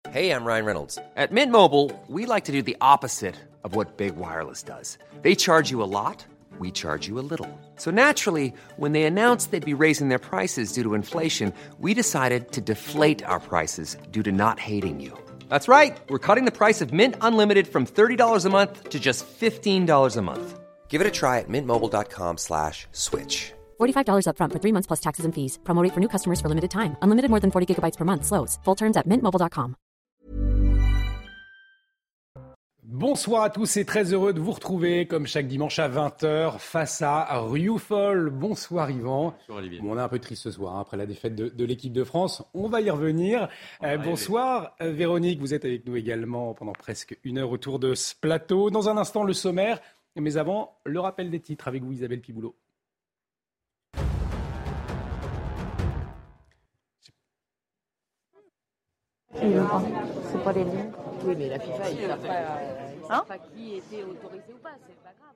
Hey, I'm Ryan Reynolds. At Mint Mobile, we like to do the opposite of what Big Wireless does. They charge you a lot, we charge you a little. So naturally, when they announced they'd be raising their prices due to inflation, we decided to deflate our prices due to not hating you. That's right. We're cutting the price of Mint Unlimited from $30 a month to just $15 a month. Give it a try at mintmobile.com/switch. $45 up front for 3 months plus taxes and fees. Promo rate for new customers for limited time. Unlimited more than 40 gigabytes per month. Slows full terms at mintmobile.com. Bonsoir à tous et très heureux de vous retrouver comme chaque dimanche à 20h face à Rioufol. Bonsoir Yvan. Bonsoir Olivier. Bon, on est un peu triste ce soir après la défaite de l'équipe de France. On va y revenir. Bonsoir Véronique, vous êtes avec nous également pendant presque une heure autour de ce plateau. Dans un instant le sommaire, mais avant le rappel des titres avec vous Isabelle Piboulot. C'est pas les liens. Oui, mais la FIFA, ils ne savent pas qui était autorisé ou pas, c'est pas grave.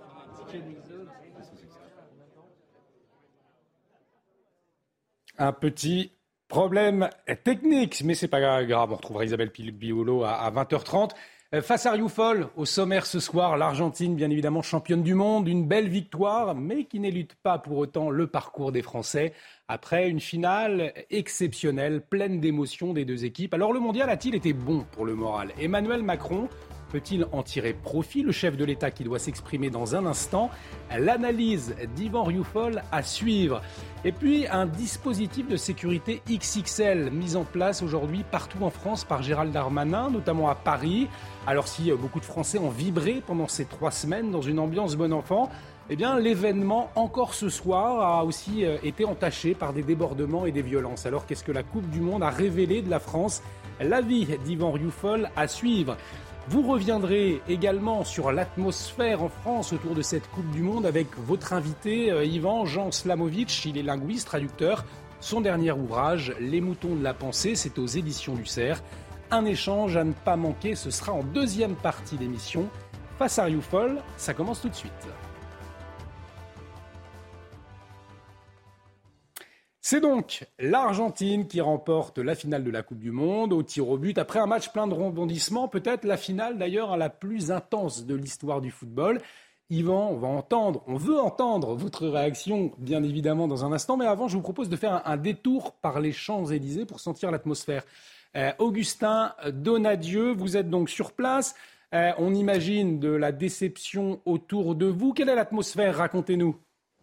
Un petit problème technique, mais c'est pas grave. On retrouvera Isabelle Piboulot à 20h30. Face à Rioufol, au sommaire ce soir, l'Argentine, bien évidemment championne du monde, une belle victoire, mais qui n'élude pas pour autant le parcours des Français. Après une finale exceptionnelle, pleine d'émotions des deux équipes. Alors le mondial a-t-il été bon pour le moral ? Emmanuel Macron peut-il en tirer profit ? Le chef de l'État qui doit s'exprimer dans un instant. L'analyse d'Yvan Rioufol à suivre. Et puis un dispositif de sécurité XXL mis en place aujourd'hui partout en France par Gérald Darmanin, notamment à Paris. Alors si beaucoup de Français ont vibré pendant ces 3 semaines dans une ambiance bon enfant, eh bien, l'événement, encore ce soir, a aussi été entaché par des débordements et des violences. Alors, qu'est-ce que la Coupe du Monde a révélé de la France ? L'avis d'Yvan Rioufol à suivre. Vous reviendrez également sur l'atmosphère en France autour de cette Coupe du Monde avec votre invité, Yvan Jean Slamovic. Il est linguiste, traducteur. Son dernier ouvrage, Les moutons de la pensée, c'est aux éditions du Cerf. Un échange à ne pas manquer, ce sera en deuxième partie d'émission. Face à Rioufol, ça commence tout de suite. C'est donc l'Argentine qui remporte la finale de la Coupe du Monde au tir au but. Après un match plein de rebondissements, peut-être la finale d'ailleurs la plus intense de l'histoire du football. Yvan, on veut entendre votre réaction bien évidemment dans un instant. Mais avant, je vous propose de faire un détour par les Champs-Élysées pour sentir l'atmosphère. Augustin Donadieu, vous êtes donc sur place. On imagine de la déception autour de vous. Quelle est l'atmosphère ? Racontez-nous.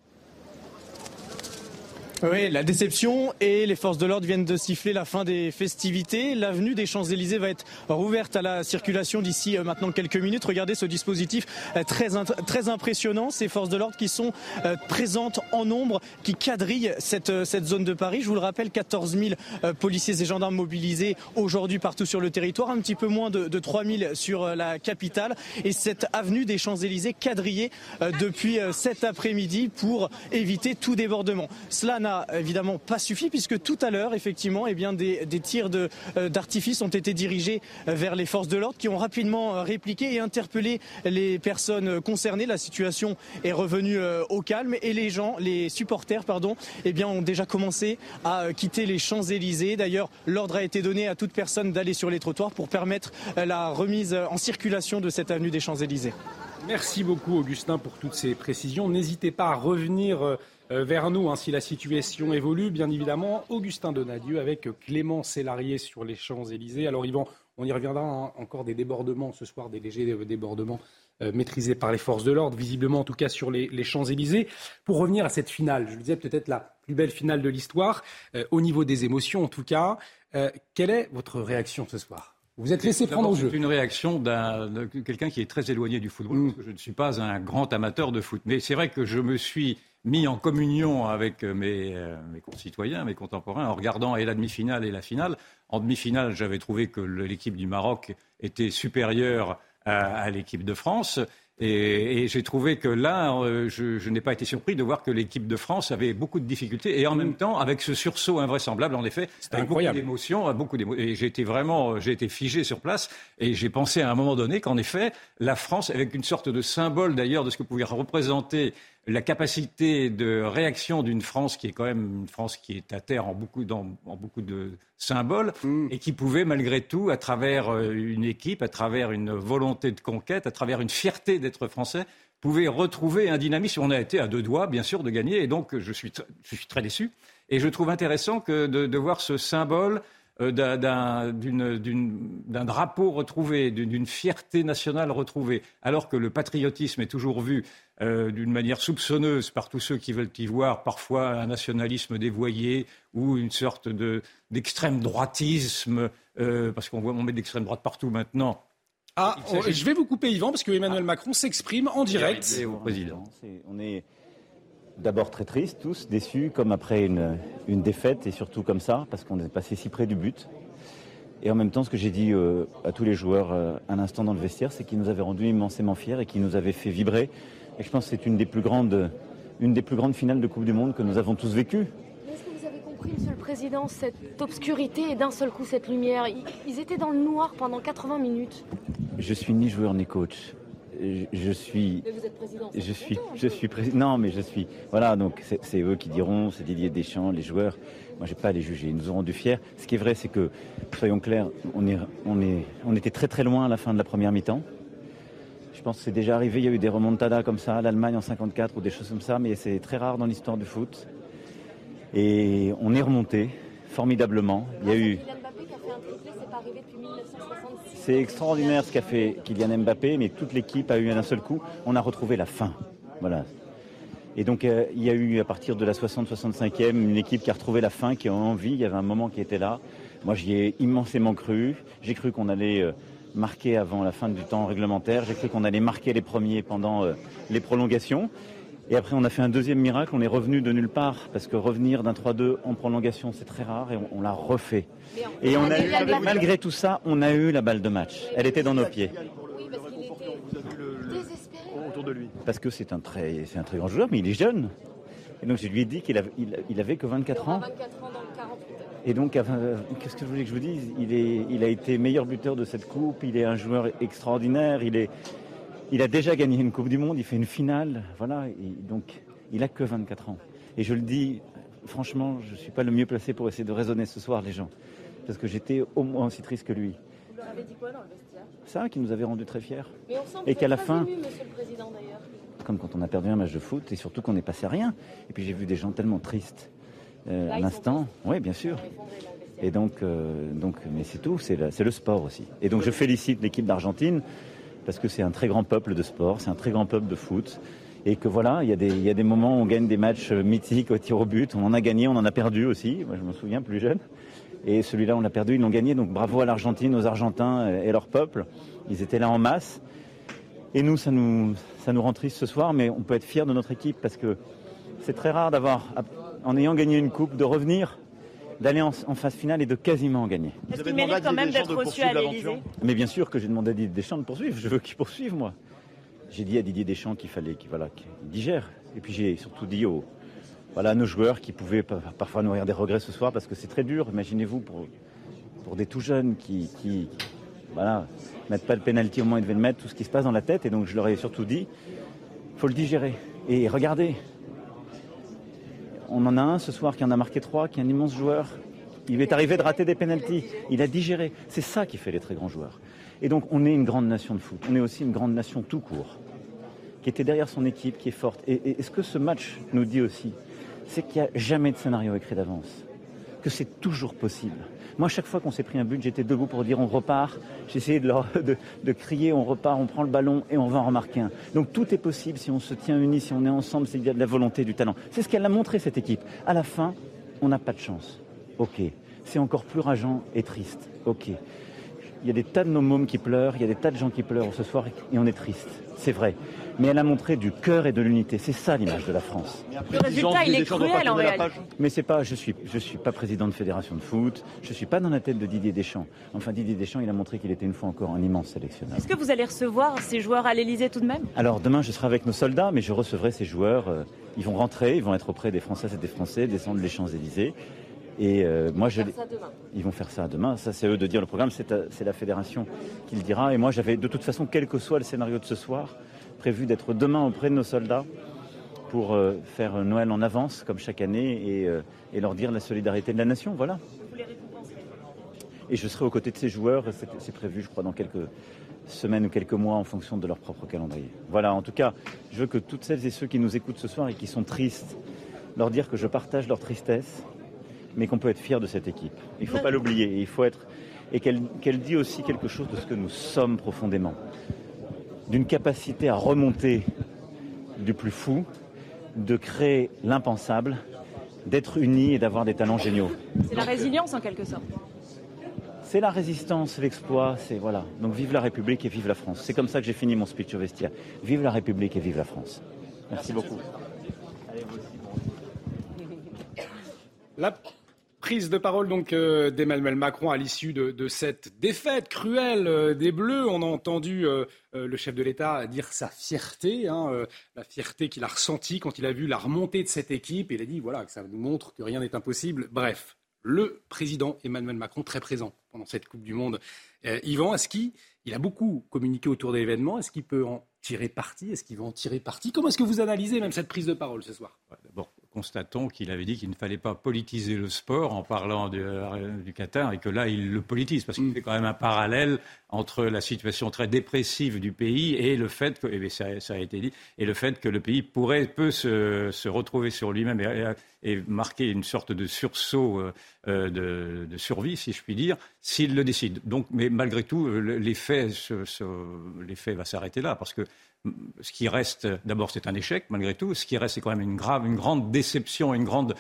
Oui, la déception et les forces de l'ordre viennent de siffler la fin des festivités. L'avenue des Champs-Élysées va être rouverte à la circulation d'ici maintenant quelques minutes. Regardez ce dispositif très impressionnant. Ces forces de l'ordre qui sont présentes en nombre, qui quadrillent cette zone de Paris. Je vous le rappelle, 14 000 policiers et gendarmes mobilisés aujourd'hui partout sur le territoire. Un petit peu moins de 3 000 sur la capitale. Et cette avenue des Champs-Élysées quadrillée depuis cet après-midi pour éviter tout débordement. Cela n'a évidemment pas suffi puisque tout à l'heure, effectivement, des tirs d'artifice ont été dirigés vers les forces de l'ordre qui ont rapidement répliqué et interpellé les personnes concernées. La situation est revenue au calme et les supporters, ont déjà commencé à quitter les Champs-Élysées. D'ailleurs, l'ordre a été donné à toute personne d'aller sur les trottoirs pour permettre la remise en circulation de cette avenue des Champs-Élysées. Merci beaucoup Augustin pour toutes ces précisions. N'hésitez pas à revenir vers nous si la situation évolue. Bien évidemment, Augustin Donadieu avec Clément Sélarié sur les Champs-Élysées. Alors Yvan, on y reviendra encore des débordements ce soir, des légers débordements maîtrisés par les forces de l'ordre, visiblement en tout cas sur les Champs-Élysées. Pour revenir à cette finale, je le disais peut-être la plus belle finale de l'histoire, au niveau des émotions en tout cas. Quelle est votre réaction ce soir ? Vous êtes laissé prendre au jeu. C'est une réaction de quelqu'un qui est très éloigné du football, parce que je ne suis pas un grand amateur de foot. Mais c'est vrai que je me suis mis en communion avec mes concitoyens, mes contemporains, en regardant et la demi-finale et la finale. En demi-finale, j'avais trouvé que l'équipe du Maroc était supérieure à l'équipe de France. Et j'ai trouvé que là, je n'ai pas été surpris de voir que l'équipe de France avait beaucoup de difficultés. Et en même temps, avec ce sursaut invraisemblable, en effet, avec incroyable. Beaucoup d'émotions. Et j'ai été figé sur place. Et j'ai pensé à un moment donné qu'en effet, la France, avec une sorte de symbole d'ailleurs de ce que pouvait représenter la capacité de réaction d'une France qui est quand même une France qui est à terre en beaucoup de symboles et qui pouvait malgré tout, à travers une équipe, à travers une volonté de conquête, à travers une fierté d'être français, pouvait retrouver un dynamisme. On a été à 2 doigts, bien sûr, de gagner et donc je suis très déçu. Et je trouve intéressant de voir ce symbole d'un drapeau retrouvé, d'une fierté nationale retrouvée, alors que le patriotisme est toujours vu d'une manière soupçonneuse par tous ceux qui veulent y voir parfois un nationalisme dévoyé ou une sorte d'extrême droitisme, parce qu'on met de l'extrême droite partout maintenant. Je vais vous couper, Yvan, parce que Emmanuel Macron s'exprime en direct. Au président. On est d'abord très tristes, tous déçus, comme après une défaite, et surtout comme ça, parce qu'on est passé si près du but. Et en même temps, ce que j'ai dit à tous les joueurs un instant dans le vestiaire, c'est qu'ils nous avaient rendus immensément fiers et qu'ils nous avaient fait vibrer. Et je pense que c'est une des plus grandes finales de Coupe du Monde que nous avons tous vécues. Est-ce que vous avez compris, Monsieur le Président, cette obscurité et d'un seul coup cette lumière? Ils étaient dans le noir pendant 80 minutes. Je suis ni joueur ni coach. Je suis. Mais vous êtes président. Je suis président. Non, mais je suis. Voilà, donc c'est eux qui diront, c'est Didier Deschamps, les joueurs. Moi, j'ai pas à les juger. Ils nous ont rendus fiers. Ce qui est vrai, c'est que, soyons clairs, on était très très loin à la fin de la première mi-temps. Je pense que c'est déjà arrivé. Il y a eu des remontadas comme ça, l'Allemagne en 54 ou des choses comme ça, mais c'est très rare dans l'histoire du foot. Et on est remonté formidablement. Il y a eu. C'est extraordinaire ce qu'a fait Kylian Mbappé, mais toute l'équipe a eu d'un seul coup, on a retrouvé la fin. Voilà. Et donc il y a eu à partir de la 60-65e une équipe qui a retrouvé la fin, qui a envie, il y avait un moment qui était là. Moi j'y ai immensément cru. J'ai cru qu'on allait marquer avant la fin du temps réglementaire, j'ai cru qu'on allait marquer les premiers pendant les prolongations. Et après on a fait un deuxième miracle, on est revenu de nulle part, parce que revenir d'un 3-2 en prolongation c'est très rare et on l'a refait. Et on a eu, malgré tout ça, on a eu la balle de match. Elle était dans nos pieds. Oui, parce qu'il était désespéré. Autour de lui. Parce que c'est un très grand joueur, mais il est jeune. Et donc je lui ai dit qu'il avait que 24 ans. 24 ans dans 48 heures. Et donc, qu'est-ce que je voulais que je vous dise ? Il a été meilleur buteur de cette coupe, il est un joueur extraordinaire, il a déjà gagné une Coupe du Monde, il fait une finale, voilà. Et donc, il a que 24 ans. Et je le dis, franchement, je ne suis pas le mieux placé pour essayer de raisonner ce soir, les gens. Parce que j'étais au moins aussi triste que lui. Vous leur avez dit quoi dans le vestiaire ? Ça, qui nous avait rendus très fiers. Mais on sent que et qu'à la très fin, ému, Monsieur le Président, d'ailleurs. Comme quand on a perdu un match de foot, et surtout qu'on est passé à rien. Et puis j'ai vu des gens tellement tristes à l'instant. Oui, bien sûr. Et donc, mais c'est tout, c'est le sport aussi. Et donc je félicite l'équipe d'Argentine, parce que c'est un très grand peuple de sport, c'est un très grand peuple de foot. Et que voilà, il y a des moments où on gagne des matchs mythiques au tir au but. On en a gagné, on en a perdu aussi. Moi, je me souviens, plus jeune. Et celui-là, on l'a perdu, ils l'ont gagné. Donc bravo à l'Argentine, aux Argentins et leur peuple. Ils étaient là en masse. Et nous, ça nous rend triste ce soir, mais on peut être fiers de notre équipe parce que c'est très rare d'avoir, en ayant gagné une coupe, de revenir, d'aller en phase finale et de quasiment gagner. Est-ce qu'il mérite quand même d'être reçu à l'Élysée ? Mais bien sûr que j'ai demandé à Didier Deschamps de poursuivre. Je veux qu'il poursuive, moi. J'ai dit à Didier Deschamps qu'il fallait qu'il digère. Et puis j'ai surtout dit à nos joueurs qui pouvaient parfois nourrir des regrets ce soir parce que c'est très dur. Imaginez-vous pour des tout jeunes qui mettent pas le pénalty au moins ils devaient le mettre, tout ce qui se passe dans la tête. Et donc je leur ai surtout dit, faut le digérer. Et regardez, on en a un ce soir qui en a marqué 3, qui est un immense joueur. Il est arrivé de rater des pénaltys. Il a digéré. C'est ça qui fait les très grands joueurs. Et donc on est une grande nation de foot. On est aussi une grande nation tout court, qui était derrière son équipe, qui est forte. Et ce que ce match nous dit aussi, c'est qu'il n'y a jamais de scénario écrit d'avance, que c'est toujours possible. Moi, chaque fois qu'on s'est pris un but, j'étais debout pour dire on repart. J'essayais de crier on repart, on prend le ballon et on va en remarquer un. Donc tout est possible si on se tient unis, si on est ensemble, s'il y a de la volonté, du talent. C'est ce qu'elle a montré, cette équipe. À la fin, on n'a pas de chance. Ok. C'est encore plus rageant et triste. Ok. Il y a des tas de nos mômes qui pleurent, il y a des tas de gens qui pleurent ce soir et on est triste. C'est vrai. Mais elle a montré du cœur et de l'unité. C'est ça l'image de la France. Le résultat, il est cruel en réalité. Mais c'est pas, je suis pas président de fédération de foot. Je suis pas dans la tête de Didier Deschamps. Enfin, Didier Deschamps, il a montré qu'il était une fois encore un immense sélectionneur. Est-ce que vous allez recevoir ces joueurs à l'Élysée tout de même ? Alors demain, je serai avec nos soldats, mais je recevrai ces joueurs. Ils vont rentrer, ils vont être auprès des Françaises et des Français, descendre les Champs-Élysées. Et moi, ils vont faire ça demain. Ça, c'est eux de dire le programme. C'est la fédération qui le dira. Et moi, j'avais de toute façon, quel que soit le scénario de ce soir, prévu d'être demain auprès de nos soldats pour faire Noël en avance, comme chaque année, et leur dire la solidarité de la nation. Voilà. Vous les récompenserez. Et je serai aux côtés de ces joueurs, c'est prévu, je crois, dans quelques semaines ou quelques mois, en fonction de leur propre calendrier. Voilà, en tout cas, je veux que toutes celles et ceux qui nous écoutent ce soir et qui sont tristes, leur dire que je partage leur tristesse, mais qu'on peut être fier de cette équipe. Il ne faut pas l'oublier, il faut être... Et qu'elle dit aussi quelque chose de ce que nous sommes profondément. D'une capacité à remonter du plus fou, de créer l'impensable, d'être unis et d'avoir des talents géniaux. C'est la résilience en quelque sorte. C'est la résistance, l'exploit, c'est voilà. Donc vive la République et vive la France. C'est comme ça que j'ai fini mon speech au vestiaire. Vive la République et vive la France. Merci beaucoup. Allez, vous aussi, La prise de parole donc d'Emmanuel Macron à l'issue de cette défaite cruelle des Bleus. On a entendu le chef de l'État dire sa fierté, la fierté qu'il a ressentie quand il a vu la remontée de cette équipe. Et il a dit voilà, que ça nous montre que rien n'est impossible. Bref, le président Emmanuel Macron, très présent pendant cette Coupe du Monde. Yvan, est-ce qu'il a beaucoup communiqué autour de l'événement? Est-ce qu'il peut en tirer parti? Est-ce qu'il va en tirer parti? Comment est-ce que vous analysez même cette prise de parole ce soir? D'abord, constatons qu'il avait dit qu'il ne fallait pas politiser le sport en parlant du Qatar et que là, il le politise parce qu'il fait quand même un parallèle entre la situation très dépressive du pays et le fait que, et ça a été dit, et le fait que le pays peut se retrouver sur lui-même et marquer une sorte de sursaut de survie, si je puis dire, s'il le décide. Donc, mais malgré tout, l'effet va s'arrêter là parce que ce qui reste, d'abord, c'est un échec, malgré tout. Ce qui reste, c'est quand même une grande déception, une grande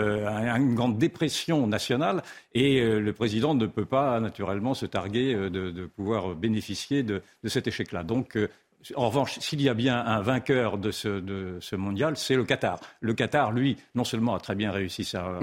dépression nationale. Et le président ne peut pas, naturellement, se targuer de pouvoir bénéficier de cet échec-là. Donc, en revanche, s'il y a bien un vainqueur de ce mondial, c'est le Qatar. Le Qatar, lui, non seulement a très bien réussi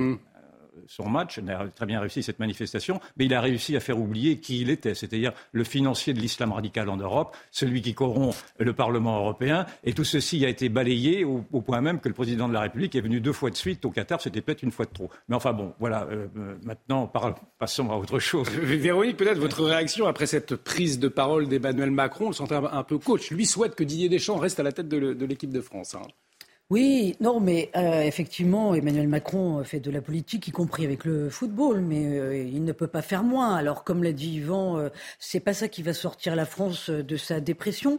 son match, a très bien réussi cette manifestation, mais il a réussi à faire oublier qui il était, c'est-à-dire le financier de l'islam radical en Europe, celui qui corrompt le Parlement européen, et tout ceci a été balayé au point même que le président de la République est venu 2 fois de suite au Qatar, c'était peut-être une fois de trop. Mais enfin bon, voilà, maintenant passons à autre chose. Véronique, peut-être votre réaction après cette prise de parole d'Emmanuel Macron, on le sentait un peu coach, lui souhaite que Didier Deschamps reste à la tête de l'équipe de France. Oui, non, mais effectivement, Emmanuel Macron fait de la politique, y compris avec le football, mais il ne peut pas faire moins. Alors, comme l'a dit Yvan, c'est pas ça qui va sortir la France de sa dépression.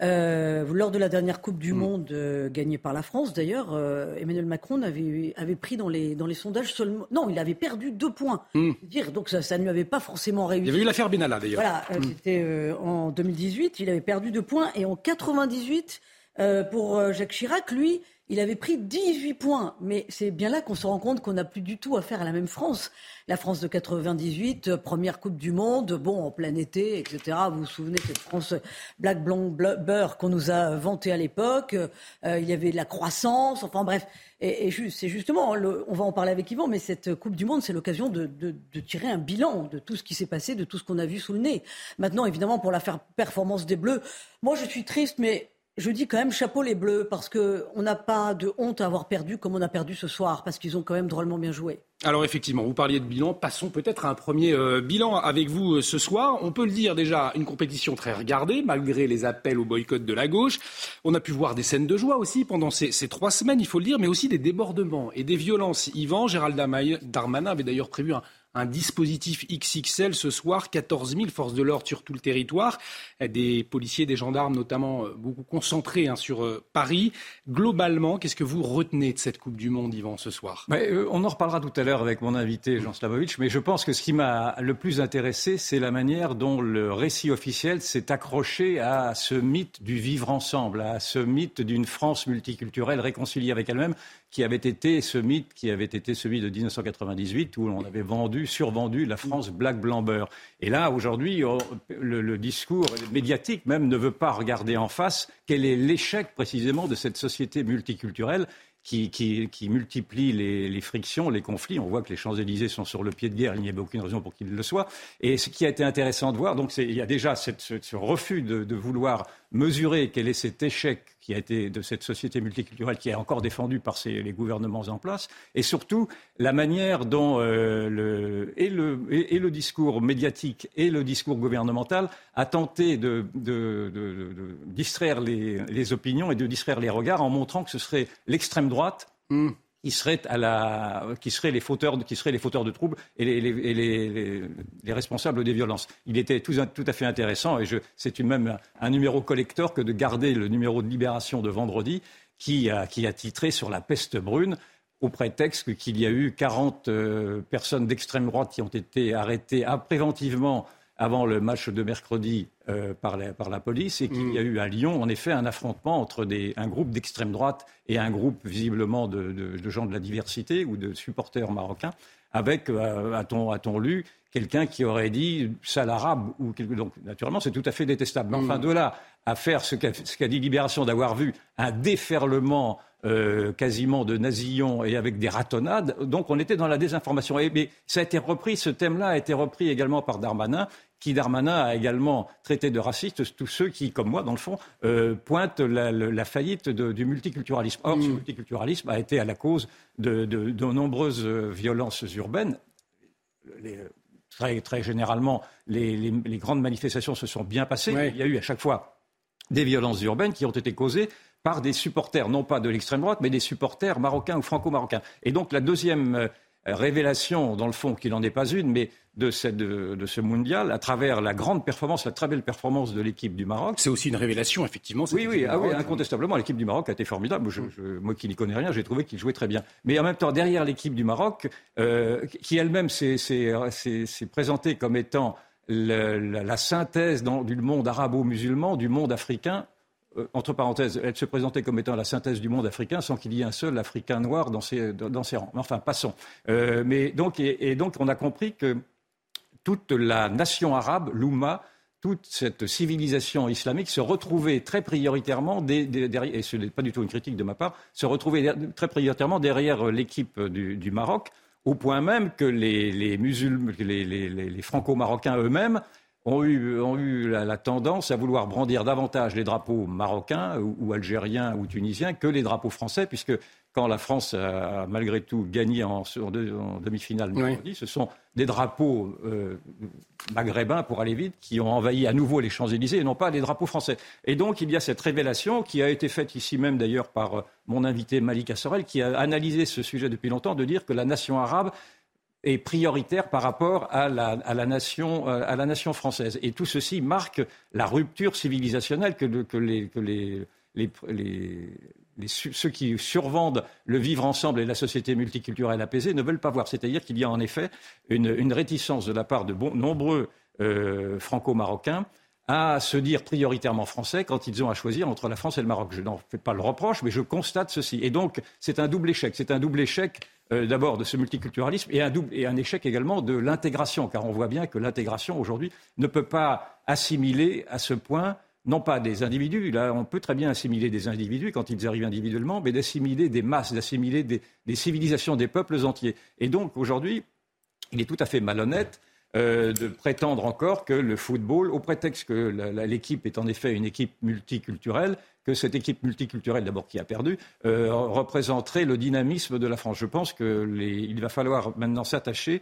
Lors de la dernière Coupe du Monde gagnée par la France, d'ailleurs, Emmanuel Macron avait pris dans les sondages seulement... Non, il avait perdu 2 points. Donc ça ne lui avait pas forcément réussi. Il y avait eu l'affaire Benalla, d'ailleurs. Voilà, c'était en 2018, il avait perdu 2 points. Et en 98, pour Jacques Chirac, lui... il avait pris 18 points. Mais c'est bien là qu'on se rend compte qu'on n'a plus du tout affaire à la même France. La France de 98, première Coupe du Monde, en plein été, etc. Vous vous souvenez de cette France black, blanc, beurre qu'on nous a vantée à l'époque. Il y avait de la croissance, enfin bref. Et c'est justement, on va en parler avec Yvan, mais cette Coupe du Monde, c'est l'occasion de tirer un bilan de tout ce qui s'est passé, de tout ce qu'on a vu sous le nez. Maintenant, évidemment, pour la performance des Bleus, moi je suis triste, mais... je dis quand même chapeau les Bleus, parce qu'on n'a pas de honte à avoir perdu comme on a perdu ce soir, parce qu'ils ont quand même drôlement bien joué. Alors effectivement, vous parliez de bilan, passons peut-être à un premier bilan avec vous ce soir. On peut le dire déjà, une compétition très regardée, malgré les appels au boycott de la gauche. On a pu voir des scènes de joie aussi pendant ces 3 semaines, il faut le dire, mais aussi des débordements et des violences. Yvan, Gérald Darmanin avait d'ailleurs prévu un dispositif XXL ce soir, 14 000 forces de l'ordre sur tout le territoire, des policiers, des gendarmes notamment beaucoup concentrés sur Paris. Globalement, qu'est-ce que vous retenez de cette Coupe du Monde, Yvan, ce soir ? On en reparlera tout à l'heure avec mon invité Jean Slavovic, mais je pense que ce qui m'a le plus intéressé, c'est la manière dont le récit officiel s'est accroché à ce mythe du vivre ensemble, à ce mythe d'une France multiculturelle réconciliée avec elle-même, qui avait été ce mythe qui avait été celui de 1998 où on avait survendu la France black, blanc, beurre. Et là, aujourd'hui, le discours médiatique même ne veut pas regarder en face quel est l'échec précisément de cette société multiculturelle qui multiplie les frictions, les conflits. On voit que les Champs-Élysées sont sur le pied de guerre, il n'y avait aucune raison pour qu'ils le soient. Et ce qui a été intéressant de voir, donc il y a déjà ce refus de vouloir mesurer quel est cet échec qui a été de cette société multiculturelle qui est encore défendue par les gouvernements en place, et surtout la manière dont le discours médiatique et le discours gouvernemental a tenté de distraire les opinions et de distraire les regards en montrant que ce serait l'extrême droite qui seraient les fauteurs de troubles et les responsables des violences. Il était tout à fait intéressant, et c'est même un numéro collector que de garder le numéro de Libération de vendredi qui a titré sur la peste brune, au prétexte qu'il y a eu 40 personnes d'extrême droite qui ont été arrêtées préventivement avant le match de mercredi par la police, et qu'il y a eu à Lyon, en effet, un affrontement entre un groupe d'extrême droite et un groupe visiblement de gens de la diversité ou de supporters marocains, avec, a-t-on lu, quelqu'un qui aurait dit « sale arabe ». Donc, naturellement, c'est tout à fait détestable. Mais enfin, de là à faire ce qu'a dit Libération, d'avoir vu un déferlement quasiment de nasillons et avec des ratonnades, donc on était dans la désinformation. Mais ça a été repris, ce thème-là a été repris également par Darmanin, a également traité de racistes tous ceux qui, comme moi, dans le fond, pointent la faillite du multiculturalisme. Or, ce multiculturalisme a été à la cause de nombreuses violences urbaines. Très, très généralement, les grandes manifestations se sont bien passées. Ouais. Il y a eu à chaque fois des violences urbaines qui ont été causées par des supporters, non pas de l'extrême droite, mais des supporters marocains ou franco-marocains. Et donc la deuxième révélation, dans le fond, qui n'en est pas une, mais de ce mondial, à travers la très belle performance de l'équipe du Maroc. C'est aussi une révélation, effectivement. Oui, incontestablement, l'équipe du Maroc a été formidable. Moi qui n'y connais rien, j'ai trouvé qu'il jouait très bien. Mais en même temps, derrière l'équipe du Maroc, qui elle-même s'est présentée comme étant la synthèse du monde arabo-musulman, du monde africain. Entre parenthèses, elle se présentait comme étant la synthèse du monde africain sans qu'il y ait un seul Africain noir dans ses rangs. Enfin, passons. Mais donc on a compris que toute la nation arabe, l'Oumma, toute cette civilisation islamique se retrouvait très prioritairement, derrière, et ce n'est pas du tout une critique de ma part, se retrouvait très prioritairement derrière l'équipe du Maroc, au point même que les franco-marocains eux-mêmes ont eu la tendance à vouloir brandir davantage les drapeaux marocains ou algériens ou tunisiens que les drapeaux français, puisque quand la France a malgré tout gagné en demi-finale mercredi, ce sont des drapeaux maghrébins, pour aller vite, qui ont envahi à nouveau les Champs-Élysées et non pas les drapeaux français. Et donc il y a cette révélation qui a été faite ici même d'ailleurs par mon invité Malika Sorel, qui a analysé ce sujet depuis longtemps, de dire que la nation arabe est prioritaire par rapport à la nation française. Et tout ceci marque la rupture civilisationnelle que ceux qui survendent le vivre ensemble et la société multiculturelle apaisée ne veulent pas voir. C'est-à-dire qu'il y a en effet une réticence de la part de nombreux franco-marocains à se dire prioritairement français quand ils ont à choisir entre la France et le Maroc. Je n'en fais pas le reproche, mais je constate ceci. Et donc, c'est un double échec. C'est un double échec d'abord de ce multiculturalisme et un échec également de l'intégration, car on voit bien que l'intégration aujourd'hui ne peut pas assimiler à ce point, non pas des individus, là on peut très bien assimiler des individus quand ils arrivent individuellement, mais d'assimiler des masses, d'assimiler des civilisations, des peuples entiers. Et donc aujourd'hui, il est tout à fait malhonnête de prétendre encore que le football, au prétexte que l'équipe est en effet une équipe multiculturelle, que cette équipe multiculturelle, d'abord qui a perdu, représenterait le dynamisme de la France. Je pense qu'il va falloir maintenant s'attacher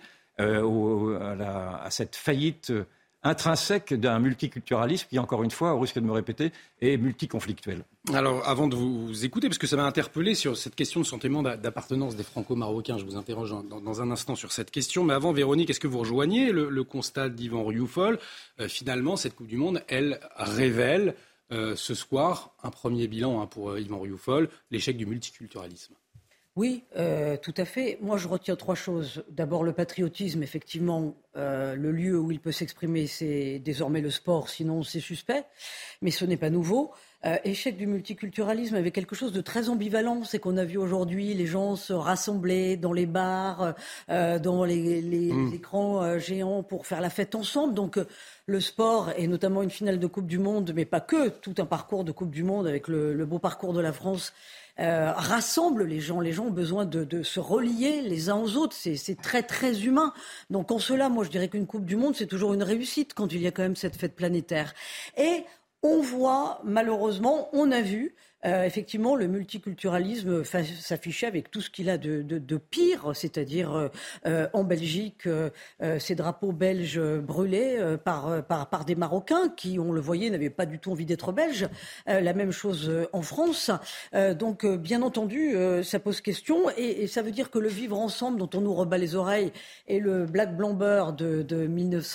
à cette faillite intrinsèque d'un multiculturalisme qui, encore une fois, au risque de me répéter, est multiconflictuel. Alors, avant de vous écouter, parce que ça m'a interpellé sur cette question de sentiment d'appartenance des franco-marocains, je vous interroge dans un instant sur cette question. Mais avant, Véronique, est-ce que vous rejoignez le constat d'Yvan Rioufol ? Finalement, cette Coupe du Monde, elle révèle ce soir un premier bilan pour Yvan Rioufol, l'échec du multiculturalisme. Oui, tout à fait. Moi, je retiens trois choses. D'abord, le patriotisme, effectivement, le lieu où il peut s'exprimer, c'est désormais le sport, sinon c'est suspect. Mais ce n'est pas nouveau. Échec du multiculturalisme avec quelque chose de très ambivalent. C'est qu'on a vu aujourd'hui les gens se rassembler dans les bars, dans les écrans géants pour faire la fête ensemble. Donc, le sport, et notamment une finale de Coupe du Monde, mais pas que, tout un parcours de Coupe du Monde avec le beau parcours de la France, rassemble les gens. Les gens ont besoin de se relier les uns aux autres. C'est très, très humain. Donc, en cela, moi, je dirais qu'une Coupe du Monde, c'est toujours une réussite quand il y a quand même cette fête planétaire. Et on voit, malheureusement, on a vu effectivement, le multiculturalisme s'affichait avec tout ce qu'il a de pire, c'est-à-dire en Belgique, ces drapeaux belges brûlés par des Marocains qui, on le voyait, n'avaient pas du tout envie d'être belges. La même chose en France. Donc, bien entendu, ça pose question et ça veut dire que le vivre ensemble dont on nous rebat les oreilles et le Black Blamber de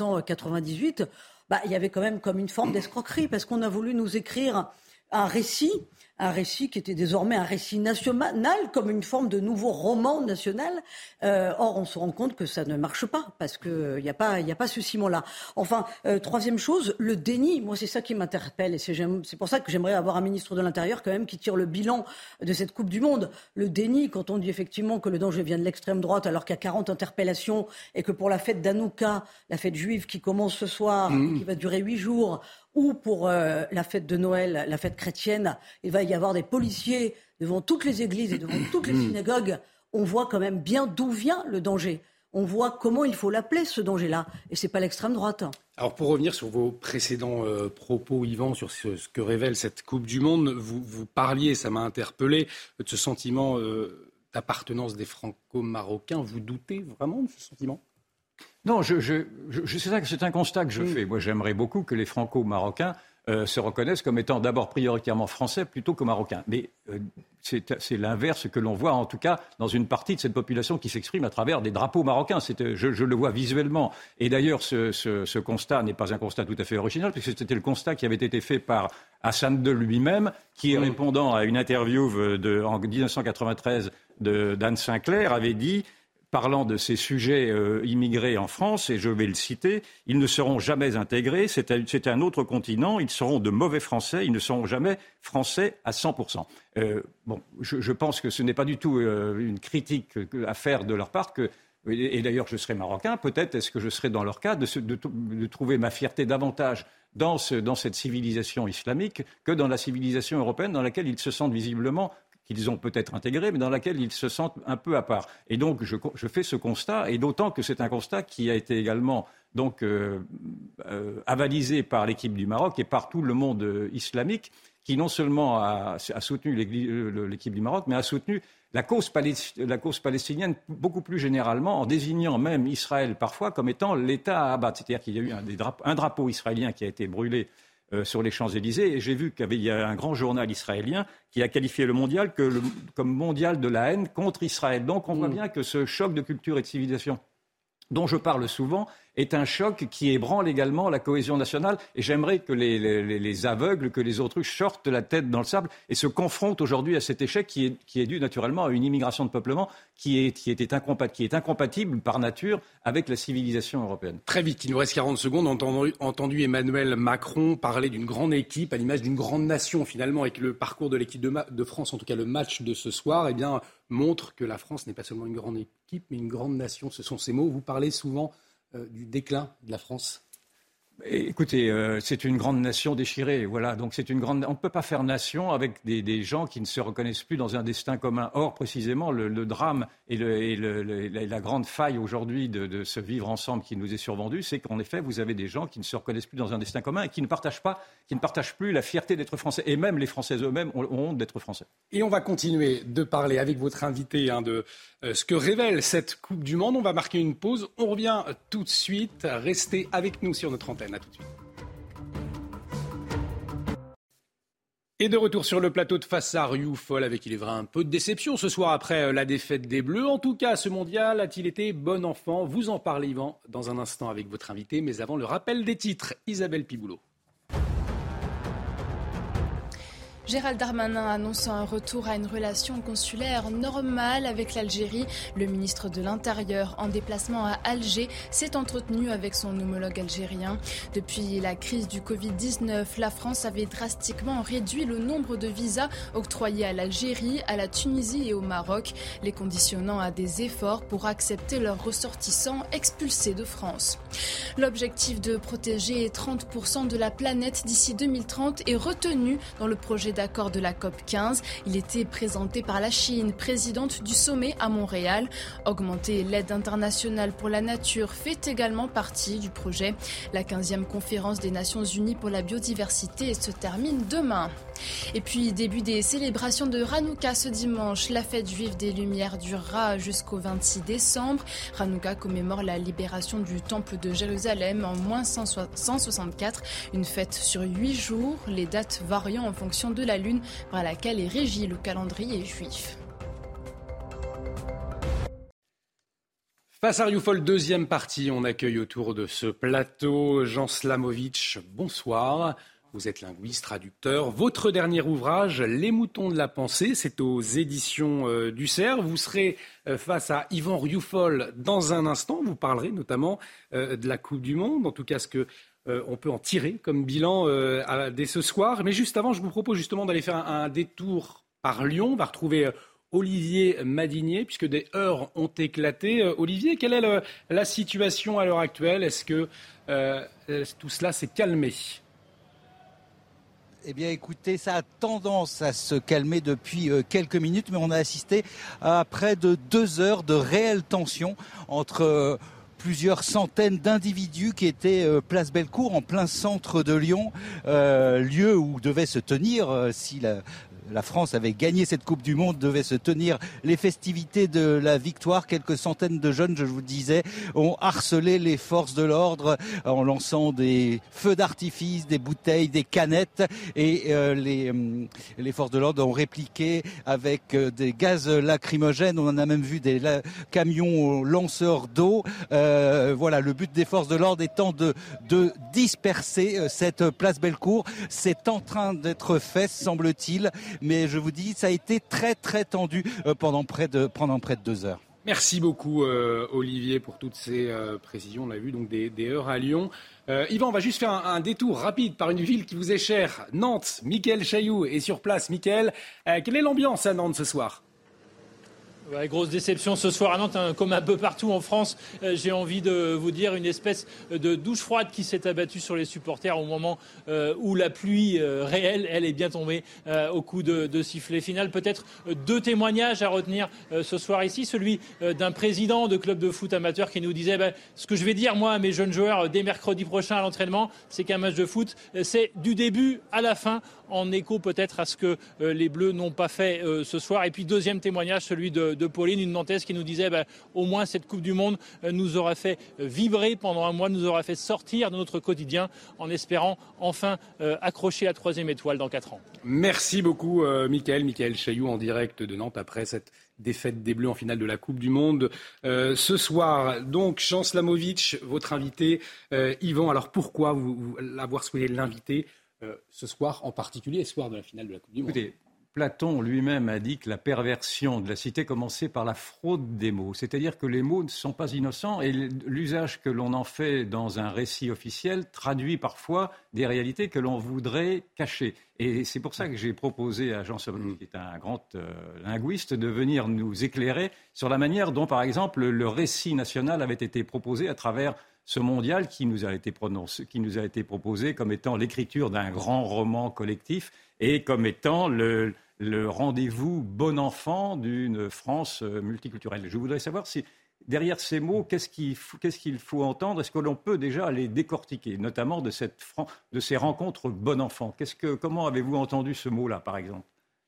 1998, il y avait quand même comme une forme d'escroquerie parce qu'on a voulu nous écrire un récit qui était désormais un récit national, comme une forme de nouveau roman national. Or, on se rend compte que ça ne marche pas, parce qu'il n'y a pas ce ciment-là. Enfin, troisième chose, le déni. Moi, c'est ça qui m'interpelle. Et c'est pour ça que j'aimerais avoir un ministre de l'Intérieur, quand même, qui tire le bilan de cette Coupe du Monde. Le déni, quand on dit effectivement que le danger vient de l'extrême droite, alors qu'il y a 40 interpellations, et que pour la fête d'Hanouka, la fête juive qui commence ce soir, qui va durer 8 jours, ou pour la fête de Noël, la fête chrétienne, il va y avoir des policiers devant toutes les églises et devant toutes les synagogues. On voit quand même bien d'où vient le danger. On voit comment il faut l'appeler, ce danger-là. Et ce n'est pas l'extrême droite. Alors pour revenir sur vos précédents propos, Yvan, sur ce que révèle cette Coupe du Monde, vous parliez, ça m'a interpellé, de ce sentiment d'appartenance des Franco-Marocains. Vous doutez vraiment de ce sentiment ? Non, c'est un constat que je fais. Moi, j'aimerais beaucoup que les Franco-Marocains se reconnaissent comme étant d'abord prioritairement français plutôt que marocains. Mais c'est l'inverse que l'on voit, en tout cas, dans une partie de cette population qui s'exprime à travers des drapeaux marocains. Je le vois visuellement. Et d'ailleurs, ce constat n'est pas un constat tout à fait original, puisque c'était le constat qui avait été fait par Hassan II lui-même, qui, répondant à une interview en 1993 d'Anne Sinclair, avait dit, parlant de ces sujets immigrés en France, et je vais le citer, « Ils ne seront jamais intégrés, c'est un autre continent, ils seront de mauvais Français, ils ne seront jamais Français à 100%. » Je pense que ce n'est pas du tout une critique à faire de leur part, et d'ailleurs je serai marocain, peut-être est-ce que je serai dans leur cas de trouver ma fierté davantage dans cette civilisation islamique que dans la civilisation européenne dans laquelle ils se sentent visiblement qu'ils ont peut-être intégré, mais dans laquelle ils se sentent un peu à part. Et donc, je fais ce constat, et d'autant que c'est un constat qui a été également avalisé par l'équipe du Maroc et par tout le monde islamique, qui non seulement a soutenu l'équipe du Maroc, mais a soutenu la cause palestinienne beaucoup plus généralement, en désignant même Israël parfois comme étant l'État à abattre. C'est-à-dire qu'il y a eu un drapeau israélien qui a été brûlé sur les Champs-Élysées, et j'ai vu qu'il y a un grand journal israélien qui a qualifié le mondial comme mondial de la haine contre Israël. Donc on voit bien que ce choc de culture et de civilisation dont je parle souvent est un choc qui ébranle également la cohésion nationale, et j'aimerais que les aveugles, que les autruches sortent la tête dans le sable et se confrontent aujourd'hui à cet échec qui est dû naturellement à une immigration de peuplement qui est incompatible par nature avec la civilisation européenne. Très vite, il nous reste 40 secondes. On a entendu Emmanuel Macron parler d'une grande équipe à l'image d'une grande nation finalement, et que le parcours de l'équipe de France, en tout cas le match de ce soir, montre que la France n'est pas seulement une grande équipe mais une grande nation. Ce sont ces mots. Vous parlez souvent du déclin de la France. Écoutez, c'est une grande nation déchirée, voilà. Donc on ne peut pas faire nation avec des gens qui ne se reconnaissent plus dans un destin commun. Or, précisément, le drame et la grande faille aujourd'hui de ce vivre ensemble qui nous est survendu, c'est qu'en effet, vous avez des gens qui ne se reconnaissent plus dans un destin commun et qui ne partagent plus la fierté d'être français. Et même les Français eux-mêmes ont honte d'être français. Et on va continuer de parler avec votre invité de ce que révèle cette Coupe du Monde. On va marquer une pause. On revient tout de suite. Restez avec nous sur notre antenne. À tout de suite. Et de retour sur le plateau de Face à Rioufol avec, il est vrai, un peu de déception ce soir après la défaite des Bleus. En tout cas, ce mondial a-t-il été bon enfant ? Vous en parlez, Yvan, dans un instant avec votre invité. Mais avant, le rappel des titres. Isabelle Piboulot. Gérald Darmanin annonce un retour à une relation consulaire normale avec l'Algérie. Le ministre de l'Intérieur, en déplacement à Alger, s'est entretenu avec son homologue algérien. Depuis la crise du Covid-19, la France avait drastiquement réduit le nombre de visas octroyés à l'Algérie, à la Tunisie et au Maroc, les conditionnant à des efforts pour accepter leurs ressortissants expulsés de France. L'objectif de protéger 30% de la planète d'ici 2030 est retenu dans le projet d'accord de la COP15. Il était présenté par la Chine, présidente du sommet à Montréal. Augmenter l'aide internationale pour la nature fait également partie du projet. La 15e conférence des Nations Unies pour la biodiversité se termine demain. Et puis, début des célébrations de Hanouka ce dimanche. La fête juive des Lumières durera jusqu'au 26 décembre. Hanouka commémore la libération du temple de Jérusalem en moins 164. Une fête sur 8 jours, les dates variant en fonction de la lune par laquelle est régi le calendrier juif. Face à Rioufol, deuxième partie, on accueille autour de ce plateau Jean Slamovitch. Bonsoir. Vous êtes linguiste, traducteur. Votre dernier ouvrage, Les moutons de la pensée, c'est aux éditions du Cerf. Vous serez face à Yvan Rioufol dans un instant. Vous parlerez notamment de la Coupe du Monde, en tout cas ce que on peut en tirer comme bilan dès ce soir. Mais juste avant, je vous propose justement d'aller faire un détour par Lyon. On va retrouver Olivier Madinier, puisque des heurts ont éclaté. Olivier, quelle est la situation à l'heure actuelle ? Est-ce que tout cela s'est calmé ? Eh bien, écoutez, ça a tendance à se calmer depuis quelques minutes, mais on a assisté à près de 2 heures de réelle tension entre plusieurs centaines d'individus qui étaient place Bellecour, en plein centre de Lyon, lieu où devait se tenir, si la France avait gagné cette Coupe du Monde, devait se tenir les festivités de la victoire. Quelques centaines de jeunes, je vous disais, ont harcelé les forces de l'ordre en lançant des feux d'artifice, des bouteilles, des canettes, et les forces de l'ordre ont répliqué avec des gaz lacrymogènes. On en a même vu des camions lanceurs d'eau. Voilà, le but des forces de l'ordre étant de disperser cette place Bellecour. C'est en train d'être fait, semble-t-il. Mais je vous dis, ça a été très très tendu pendant près de 2 heures. Merci beaucoup Olivier pour toutes ces précisions. On a vu donc des heurts à Lyon. Yvan, on va juste faire un détour rapide par une ville qui vous est chère, Nantes. Mickaël Chailloux est sur place. Mickaël, quelle est l'ambiance à Nantes ce soir ? Ouais, grosse déception ce soir à Nantes, hein, comme un peu partout en France. J'ai envie de vous dire une espèce de douche froide qui s'est abattue sur les supporters au moment où la pluie réelle, elle est bien tombée au coup de sifflet final. Peut-être 2 témoignages à retenir ce soir ici. Celui d'un président de club de foot amateur qui nous disait ce que je vais dire moi à mes jeunes joueurs dès mercredi prochain à l'entraînement, c'est qu'un match de foot, c'est du début à la fin, en écho peut-être à ce que les Bleus n'ont pas fait ce soir. Et puis deuxième témoignage, celui de Pauline, une Nantaise qui nous disait au moins cette Coupe du Monde nous aura fait vibrer pendant un mois, nous aura fait sortir de notre quotidien en espérant enfin accrocher la 3e étoile dans 4 ans. Merci beaucoup Mickaël Chailloux en direct de Nantes après cette défaite des Bleus en finale de la Coupe du Monde ce soir. Donc Jean Slamovitch, votre invité. Yvan, alors pourquoi vous l'avoir souhaité l'inviter ce soir en particulier, ce soir de la finale de la Coupe du Monde ? Écoutez, Platon lui-même a dit que la perversion de la cité commençait par la fraude des mots. C'est-à-dire que les mots ne sont pas innocents et l'usage que l'on en fait dans un récit officiel traduit parfois des réalités que l'on voudrait cacher. Et c'est pour ça que j'ai proposé à Jean Slamovitch, qui est un grand linguiste, de venir nous éclairer sur la manière dont, par exemple, le récit national avait été proposé à travers ce mondial qui nous a été proposé comme étant l'écriture d'un grand roman collectif et comme étant le rendez-vous bon enfant d'une France multiculturelle. Je voudrais savoir si, derrière ces mots, qu'est-ce qu'il faut entendre ? Est-ce que l'on peut déjà les décortiquer, notamment de ces rencontres bon enfant ? Comment avez-vous entendu ce mot-là, par exemple ?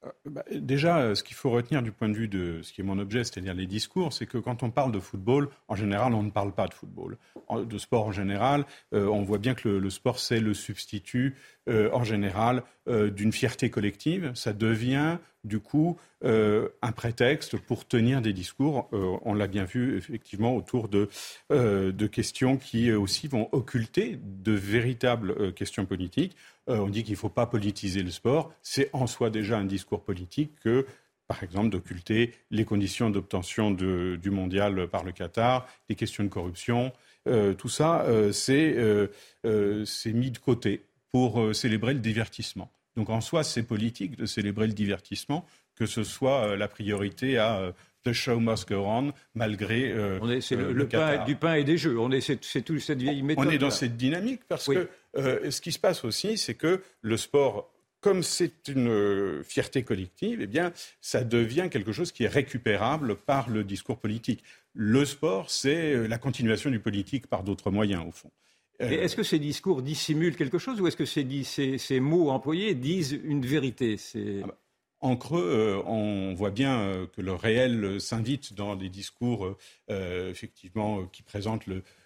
Déjà, ce qu'il faut retenir du point de vue de ce qui est mon objet, c'est-à-dire les discours, c'est que quand on parle de football, en général, on ne parle pas de football. De sport en général, on voit bien que le sport, c'est le substitut, en général, d'une fierté collective. Ça devient, du coup, un prétexte pour tenir des discours. On l'a bien vu, effectivement, autour de questions qui, aussi, vont occulter de véritables questions politiques. On dit qu'il ne faut pas politiser le sport. C'est en soi déjà un discours politique que, par exemple, d'occulter les conditions d'obtention du mondial par le Qatar, les questions de corruption. Tout ça, c'est mis de côté pour célébrer le divertissement. Donc en soi, c'est politique de célébrer le divertissement, que ce soit la priorité à The show must go on, malgré c'est le Qatar. Du pain et des jeux. C'est toute cette vieille méthode. On est dans cette dynamique parce que ce qui se passe aussi, c'est que le sport comme c'est une fierté collective, eh bien, ça devient quelque chose qui est récupérable par le discours politique. Le sport, c'est la continuation du politique par d'autres moyens, au fond. Et est-ce que ces discours dissimulent quelque chose ou est-ce que ces mots employés disent une vérité? En creux, on voit bien que le réel s'invite dans les discours effectivement qui présentent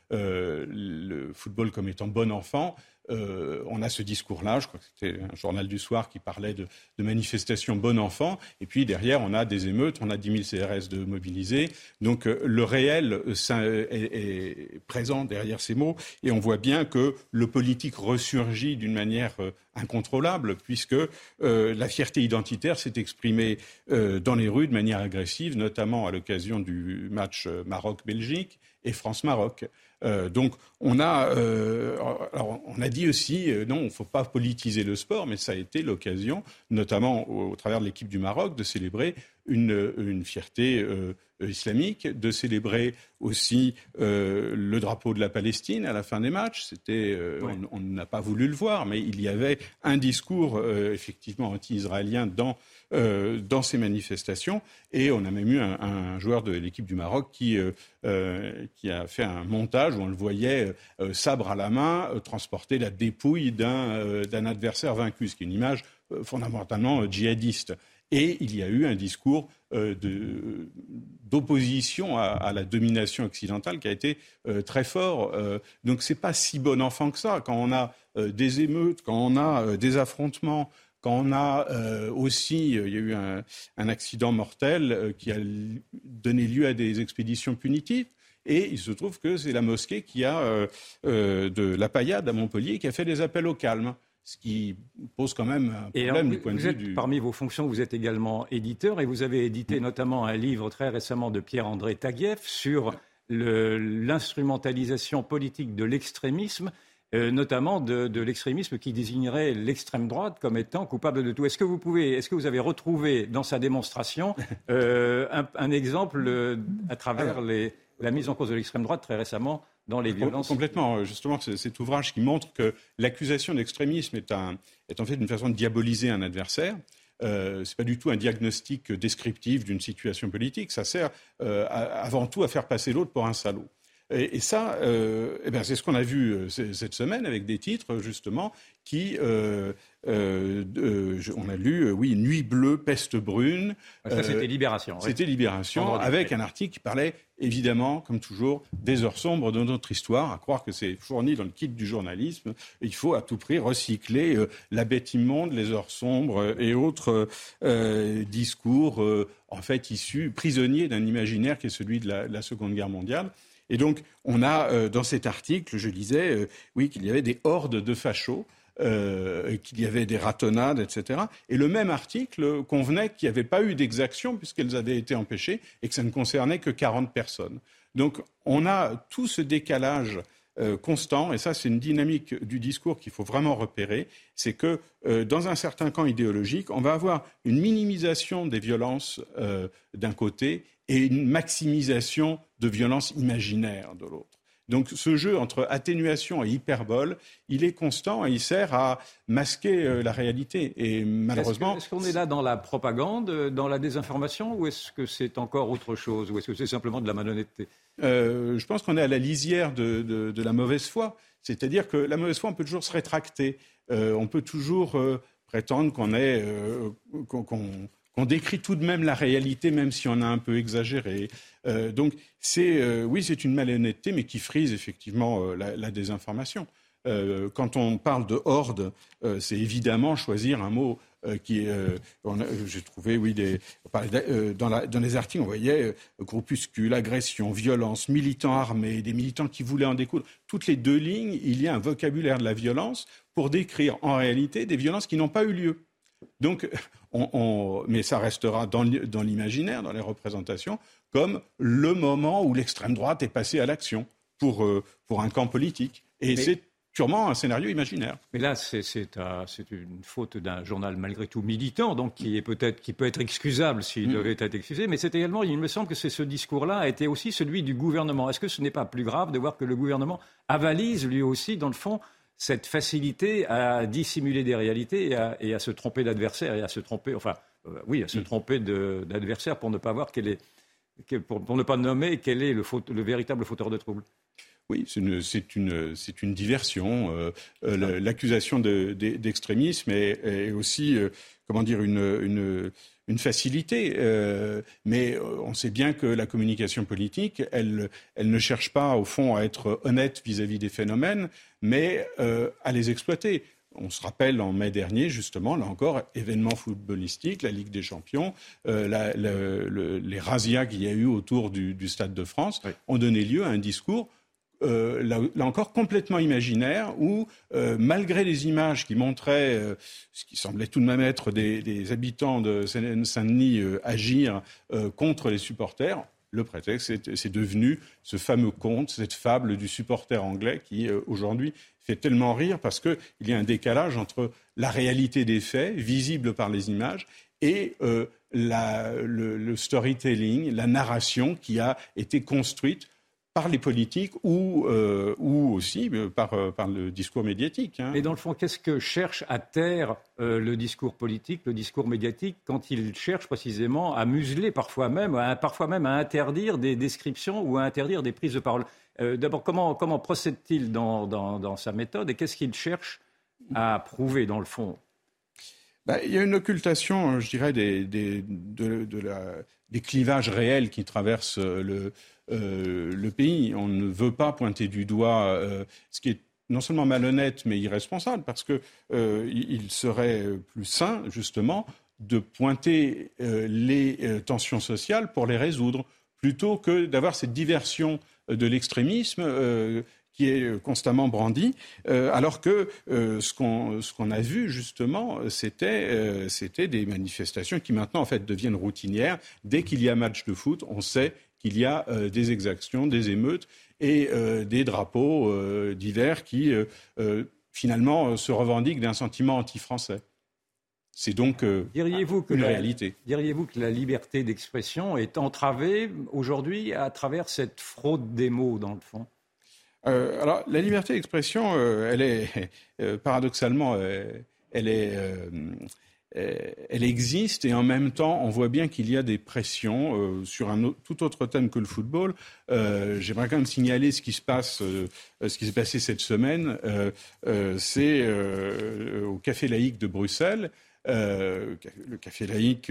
le football comme étant bon enfant. On a ce discours-là, je crois que c'était un journal du soir qui parlait de manifestations bon enfant, et puis derrière on a des émeutes, on a 10 000 CRS de mobilisés, donc le réel est présent derrière ces mots, et on voit bien que le politique ressurgit d'une manière incontrôlable, puisque la fierté identitaire s'est exprimée dans les rues de manière agressive, notamment à l'occasion du match Maroc-Belgique et France-Maroc. Donc on a dit aussi non, il ne faut pas politiser le sport, mais ça a été l'occasion, notamment au travers de l'équipe du Maroc, de célébrer une fierté islamique, de célébrer aussi le drapeau de la Palestine à la fin des matchs. On n'a pas voulu le voir, mais il y avait un discours effectivement anti-israélien dans ces manifestations, et on a même eu un joueur de l'équipe du Maroc qui a fait un montage où on le voyait sabre à la main transporter la dépouille d'un adversaire vaincu, ce qui est une image fondamentalement djihadiste. Et il y a eu un discours d'opposition à la domination occidentale qui a été très fort. Donc c'est pas si bon enfant que ça. Quand on a des émeutes, quand on a des affrontements, quand on a aussi, il y a eu un accident mortel qui a donné lieu à des expéditions punitives. Et il se trouve que c'est la mosquée qui a de la Paillade à Montpellier qui a fait des appels au calme. Ce qui pose quand même un problème du point de vue du... Parmi vos fonctions, vous êtes également éditeur et vous avez édité notamment un livre très récemment de Pierre-André Taguieff sur l'instrumentalisation politique de l'extrémisme, notamment de l'extrémisme qui désignerait l'extrême droite comme étant coupable de tout. Est-ce que vous avez retrouvé dans sa démonstration un exemple à travers la mise en cause de l'extrême droite très récemment dans les violences? Complètement. Justement, c'est cet ouvrage qui montre que l'accusation d'extrémisme est en fait une façon de diaboliser un adversaire. C'est pas du tout un diagnostic descriptif d'une situation politique. Ça sert avant tout à faire passer l'autre pour un salaud. Et ça, c'est ce qu'on a vu cette semaine avec des titres, justement, qui... on a lu, Nuit bleue, peste brune. Ça, c'était Libération. C'était Libération, avec un article qui parlait, évidemment, comme toujours, des heures sombres de notre histoire, à croire que c'est fourni dans le kit du journalisme. Il faut à tout prix recycler La bête immonde, les heures sombres et autres discours, en fait, issus, prisonniers d'un imaginaire qui est celui de la Seconde Guerre mondiale. Et donc, on a, dans cet article, je lisais, qu'il y avait des hordes de fachos, qu'il y avait des ratonnades, etc. Et le même article convenait qu'il n'y avait pas eu d'exactions puisqu'elles avaient été empêchées et que ça ne concernait que 40 personnes. Donc, on a tout ce décalage constant, et ça, c'est une dynamique du discours qu'il faut vraiment repérer, c'est que dans un certain camp idéologique, on va avoir une minimisation des violences d'un côté et une maximisation de violences imaginaires de l'autre. Donc ce jeu entre atténuation et hyperbole, il est constant et il sert à masquer la réalité. Et malheureusement... Est-ce qu'on est là dans la propagande, dans la désinformation, ou est-ce que c'est encore autre chose, ou est-ce que c'est simplement de la malhonnêteté ? Je pense qu'on est à la lisière de la mauvaise foi. C'est-à-dire que la mauvaise foi, on peut toujours se rétracter. On peut toujours prétendre qu'on décrit tout de même la réalité, même si on a un peu exagéré. Donc, c'est une malhonnêteté, mais qui frise effectivement la désinformation. Quand on parle de horde, c'est évidemment choisir un mot qui est... j'ai trouvé, dans les articles, on voyait groupuscule, agression, violence, militants armés, des militants qui voulaient en découdre. Toutes les deux lignes, il y a un vocabulaire de la violence pour décrire en réalité des violences qui n'ont pas eu lieu. Donc, mais ça restera dans l'imaginaire, dans les représentations, comme le moment où l'extrême droite est passée à l'action pour un camp politique. Et c'est purement un scénario imaginaire. Mais là, c'est une faute d'un journal malgré tout militant, donc qui peut être excusable s'il devait être excusé. Mais c'est également, il me semble que ce discours-là a été aussi celui du gouvernement. Est-ce que ce n'est pas plus grave de voir que le gouvernement avalise lui aussi, dans le fond, cette facilité à dissimuler des réalités et à se tromper d'adversaire et à se tromper, tromper d'adversaire pour ne pas voir pour ne pas nommer quel est le véritable fauteur de trouble. Oui, c'est une diversion. L'accusation d'extrémisme est aussi, une facilité. Mais on sait bien que la communication politique, elle ne cherche pas, au fond, à être honnête vis-à-vis des phénomènes, mais à les exploiter. On se rappelle en mai dernier, justement, là encore, événement footballistique, la Ligue des Champions, les razzias qu'il y a eu autour du Stade de France ont donné lieu à un discours là encore complètement imaginaire où, malgré les images qui montraient ce qui semblait tout de même être des habitants de Saint-Denis agir contre les supporters, le prétexte, c'est devenu ce fameux conte, cette fable du supporter anglais qui, aujourd'hui, fait tellement rire parce qu'il y a un décalage entre la réalité des faits, visible par les images, et le storytelling, la narration qui a été construite par les politiques ou aussi par le discours médiatique. Mais dans le fond, qu'est-ce que cherche à taire le discours politique, le discours médiatique, quand il cherche précisément à museler parfois même à interdire des descriptions ou à interdire des prises de parole? D'abord, comment procède-t-il dans sa méthode et qu'est-ce qu'il cherche à prouver dans le fond? Il y a une occultation, je dirais, des clivages réels qui traversent le pays. On ne veut pas pointer du doigt ce qui est non seulement malhonnête, mais irresponsable, parce qu'il serait plus sain, justement, de pointer les tensions sociales pour les résoudre, plutôt que d'avoir cette diversion de l'extrémisme qui est constamment brandi, alors que ce qu'on a vu, justement, c'était des manifestations qui maintenant, en fait, deviennent routinières. Dès qu'il y a match de foot, on sait qu'il y a des exactions, des émeutes et des drapeaux divers qui, finalement, se revendiquent d'un sentiment anti-français. C'est donc une réalité. Diriez-vous que la liberté d'expression est entravée aujourd'hui à travers cette fraude des mots, dans le fond? Alors, la liberté d'expression, elle est paradoxalement, elle existe et en même temps, on voit bien qu'il y a des pressions sur un tout autre thème que le football. J'aimerais quand même signaler ce qui s'est passé cette semaine. C'est au Café Laïque de Bruxelles. Le Café Laïque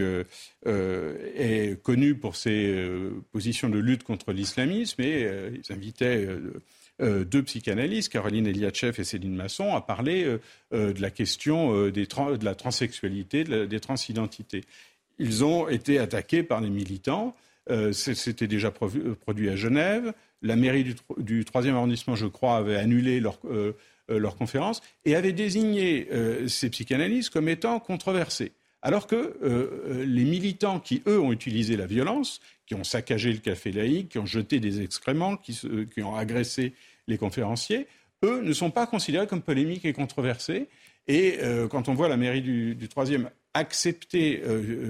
est connu pour ses positions de lutte contre l'islamisme et ils invitaient deux psychanalystes, Caroline Eliatchev et Céline Masson, à parler de la question de la transsexualité, des transidentités. Ils ont été attaqués par des militants. C'était déjà produit à Genève. La mairie du 3e arrondissement, je crois, avait annulé leur conférence et avait désigné ces psychanalystes comme étant controversés. Alors que les militants qui, eux, ont utilisé la violence, qui ont saccagé le Café Laïque, qui ont jeté des excréments, qui ont agressé les conférenciers, eux ne sont pas considérés comme polémiques et controversés. Et quand on voit la mairie du 3e accepter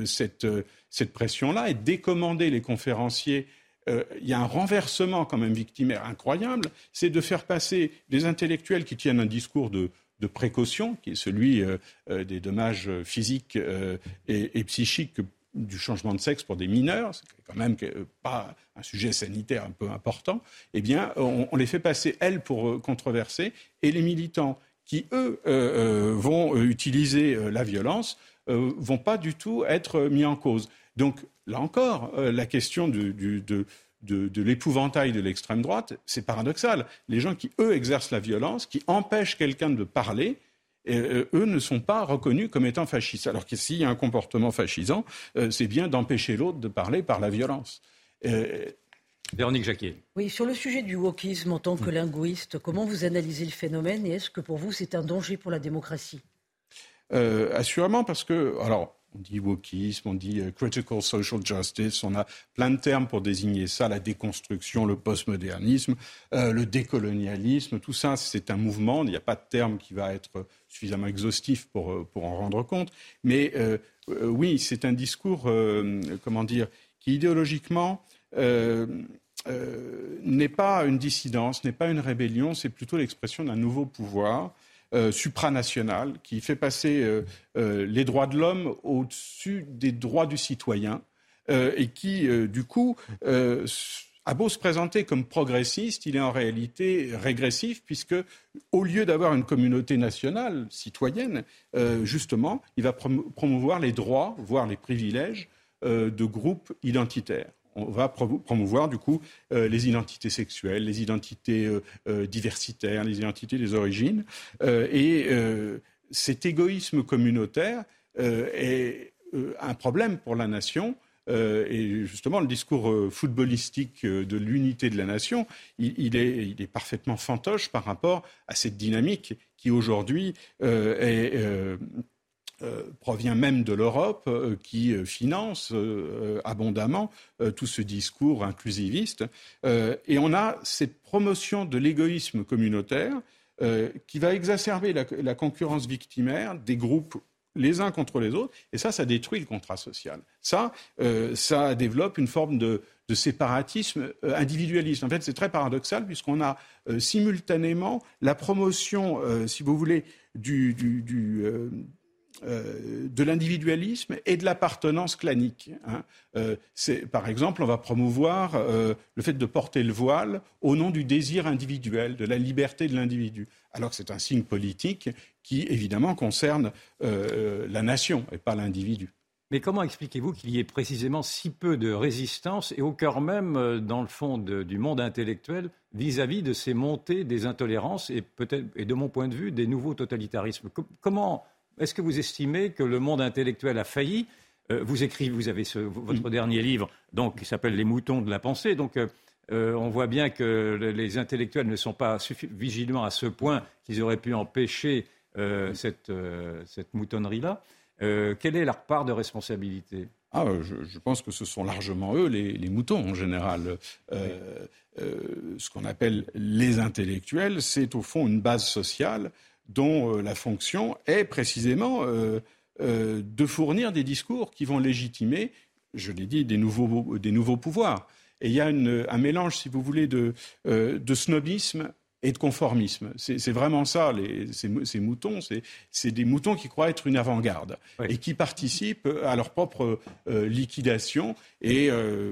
cette pression-là et décommander les conférenciers, il y a un renversement quand même victimaire incroyable, c'est de faire passer des intellectuels qui tiennent un discours de précaution, qui est celui des dommages physiques et psychiques du changement de sexe pour des mineurs, c'est quand même pas un sujet sanitaire un peu important, eh bien, on les fait passer, elles, pour controverser, et les militants qui, eux, vont utiliser la violence, vont pas du tout être mis en cause. Donc, là encore, la question de l'épouvantail de l'extrême droite, c'est paradoxal. Les gens qui, eux, exercent la violence, qui empêchent quelqu'un de parler, eux ne sont pas reconnus comme étant fascistes. Alors que s'il y a un comportement fascisant, c'est bien d'empêcher l'autre de parler par la violence. Véronique Jacquier. Oui, sur le sujet du wokisme en tant que linguiste, comment vous analysez le phénomène et est-ce que pour vous c'est un danger pour la démocratie? Assurément, parce que... Alors, on dit wokisme, on dit critical social justice, on a plein de termes pour désigner ça, la déconstruction, le postmodernisme, le décolonialisme, tout ça, c'est un mouvement, il n'y a pas de terme qui va être suffisamment exhaustif pour en rendre compte. Mais oui, c'est un discours, qui idéologiquement n'est pas une dissidence, n'est pas une rébellion, c'est plutôt l'expression d'un nouveau pouvoir supranational qui fait passer les droits de l'homme au-dessus des droits du citoyen et qui, du coup, a beau se présenter comme progressiste, il est en réalité régressif puisque, au lieu d'avoir une communauté nationale, citoyenne, justement, il va promouvoir les droits, voire les privilèges de groupes identitaires. On va promouvoir, du coup, les identités sexuelles, les identités diversitaires, les identités des origines. Cet égoïsme communautaire est un problème pour la nation. Et justement, le discours footballistique de l'unité de la nation, il est parfaitement fantoche par rapport à cette dynamique qui, aujourd'hui, provient même de l'Europe, qui finance abondamment tout ce discours inclusiviste. Et on a cette promotion de l'égoïsme communautaire qui va exacerber la concurrence victimaire des groupes les uns contre les autres, et ça détruit le contrat social. Ça développe une forme de séparatisme individualiste. En fait, c'est très paradoxal, puisqu'on a simultanément la promotion, si vous voulez, de l'individualisme et de l'appartenance clanique. Par exemple, on va promouvoir le fait de porter le voile au nom du désir individuel, de la liberté de l'individu, alors que c'est un signe politique qui, évidemment, concerne la nation et pas l'individu. Mais comment expliquez-vous qu'il y ait précisément si peu de résistance et au cœur même, dans le fond, du monde intellectuel vis-à-vis de ces montées des intolérances et peut-être, et de mon point de vue, des nouveaux totalitarismes? Comment est-ce que vous estimez que le monde intellectuel a failli? Vous avez votre dernier livre, donc, qui s'appelle « Les moutons de la pensée ». Donc, on voit bien que les intellectuels ne sont pas vigilants à ce point qu'ils auraient pu empêcher cette moutonnerie-là. Quelle est leur part de responsabilité? Je pense que ce sont largement eux, les moutons en général. Ce qu'on appelle les intellectuels, c'est au fond une base sociale dont la fonction est précisément de fournir des discours qui vont légitimer, je l'ai dit, des nouveaux pouvoirs. Et il y a un mélange, si vous voulez, de snobisme et de conformisme. C'est vraiment ça, ces moutons. C'est des moutons qui croient être une avant-garde et qui participent à leur propre liquidation et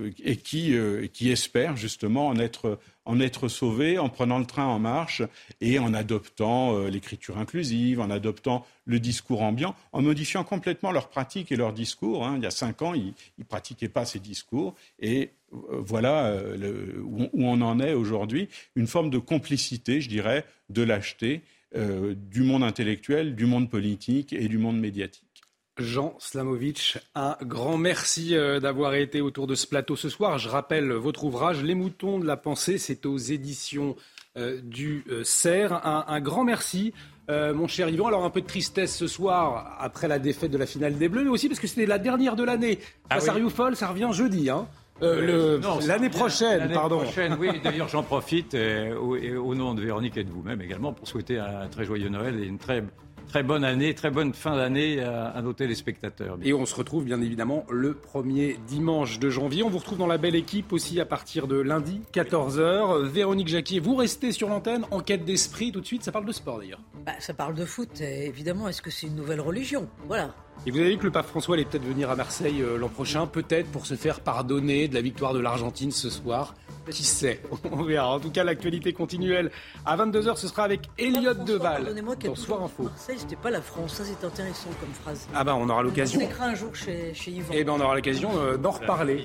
qui espèrent justement en être sauvés en prenant le train en marche et en adoptant l'écriture inclusive, en adoptant le discours ambiant, en modifiant complètement leurs pratiques et leurs discours. Il y a 5 ans, ils ne pratiquaient pas ces discours et voilà où on en est aujourd'hui, une forme de complicité, je dirais, de lâcheté du monde intellectuel, du monde politique et du monde médiatique. Jean Slamovitch, un grand merci d'avoir été autour de ce plateau ce soir. Je rappelle votre ouvrage « Les moutons de la pensée », c'est aux éditions du Cerf. Un grand merci, mon cher Yvan. Alors un peu de tristesse ce soir, après la défaite de la finale des Bleus, mais aussi parce que c'était la dernière de l'année. Passarioufol, ça revient jeudi, l'année prochaine, oui. D'ailleurs, j'en profite au nom de Véronique et de vous-même également pour souhaiter un très joyeux Noël et une très bonne année, très bonne fin d'année à nos téléspectateurs. Et on se retrouve bien évidemment le premier dimanche de janvier. On vous retrouve dans la belle équipe aussi à partir de lundi, 14h. Véronique Jacquier, vous restez sur l'antenne. Enquête d'esprit, tout de suite, ça parle de sport d'ailleurs. Ça parle de foot, évidemment. Est-ce que c'est une nouvelle religion? Voilà. Et vous avez dit que le pape François allait peut-être venir à Marseille l'an prochain, peut-être pour se faire pardonner de la victoire de l'Argentine ce soir. Qui sait? On verra. En tout cas, l'actualité continue, elle. À 22h, ce sera avec Elliot Deval. Pardonnez-moi, dans Soir Info. Marseille, c'était pas la France. Ça, c'est intéressant comme phrase. On aura l'occasion. On s'écrit un jour chez Yvan. On aura l'occasion d'en reparler.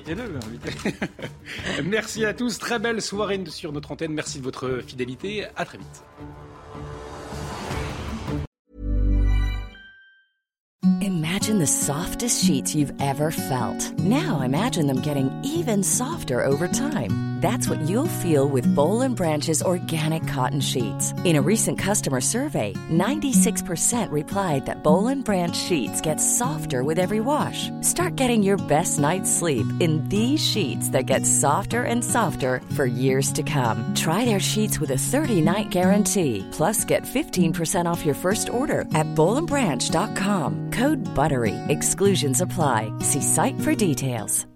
Merci à tous. Très belle soirée sur notre antenne. Merci de votre fidélité. À très vite. Imagine the softest sheets you've ever felt. Now imagine them getting even softer over time. That's what you'll feel with Boll & Branch's organic cotton sheets. In a recent customer survey, 96% replied that Boll & Branch sheets get softer with every wash. Start getting your best night's sleep in these sheets that get softer and softer for years to come. Try their sheets with a 30-night guarantee. Plus, get 15% off your first order at bollandbranch.com. Code BUTTERY. Exclusions apply. See site for details.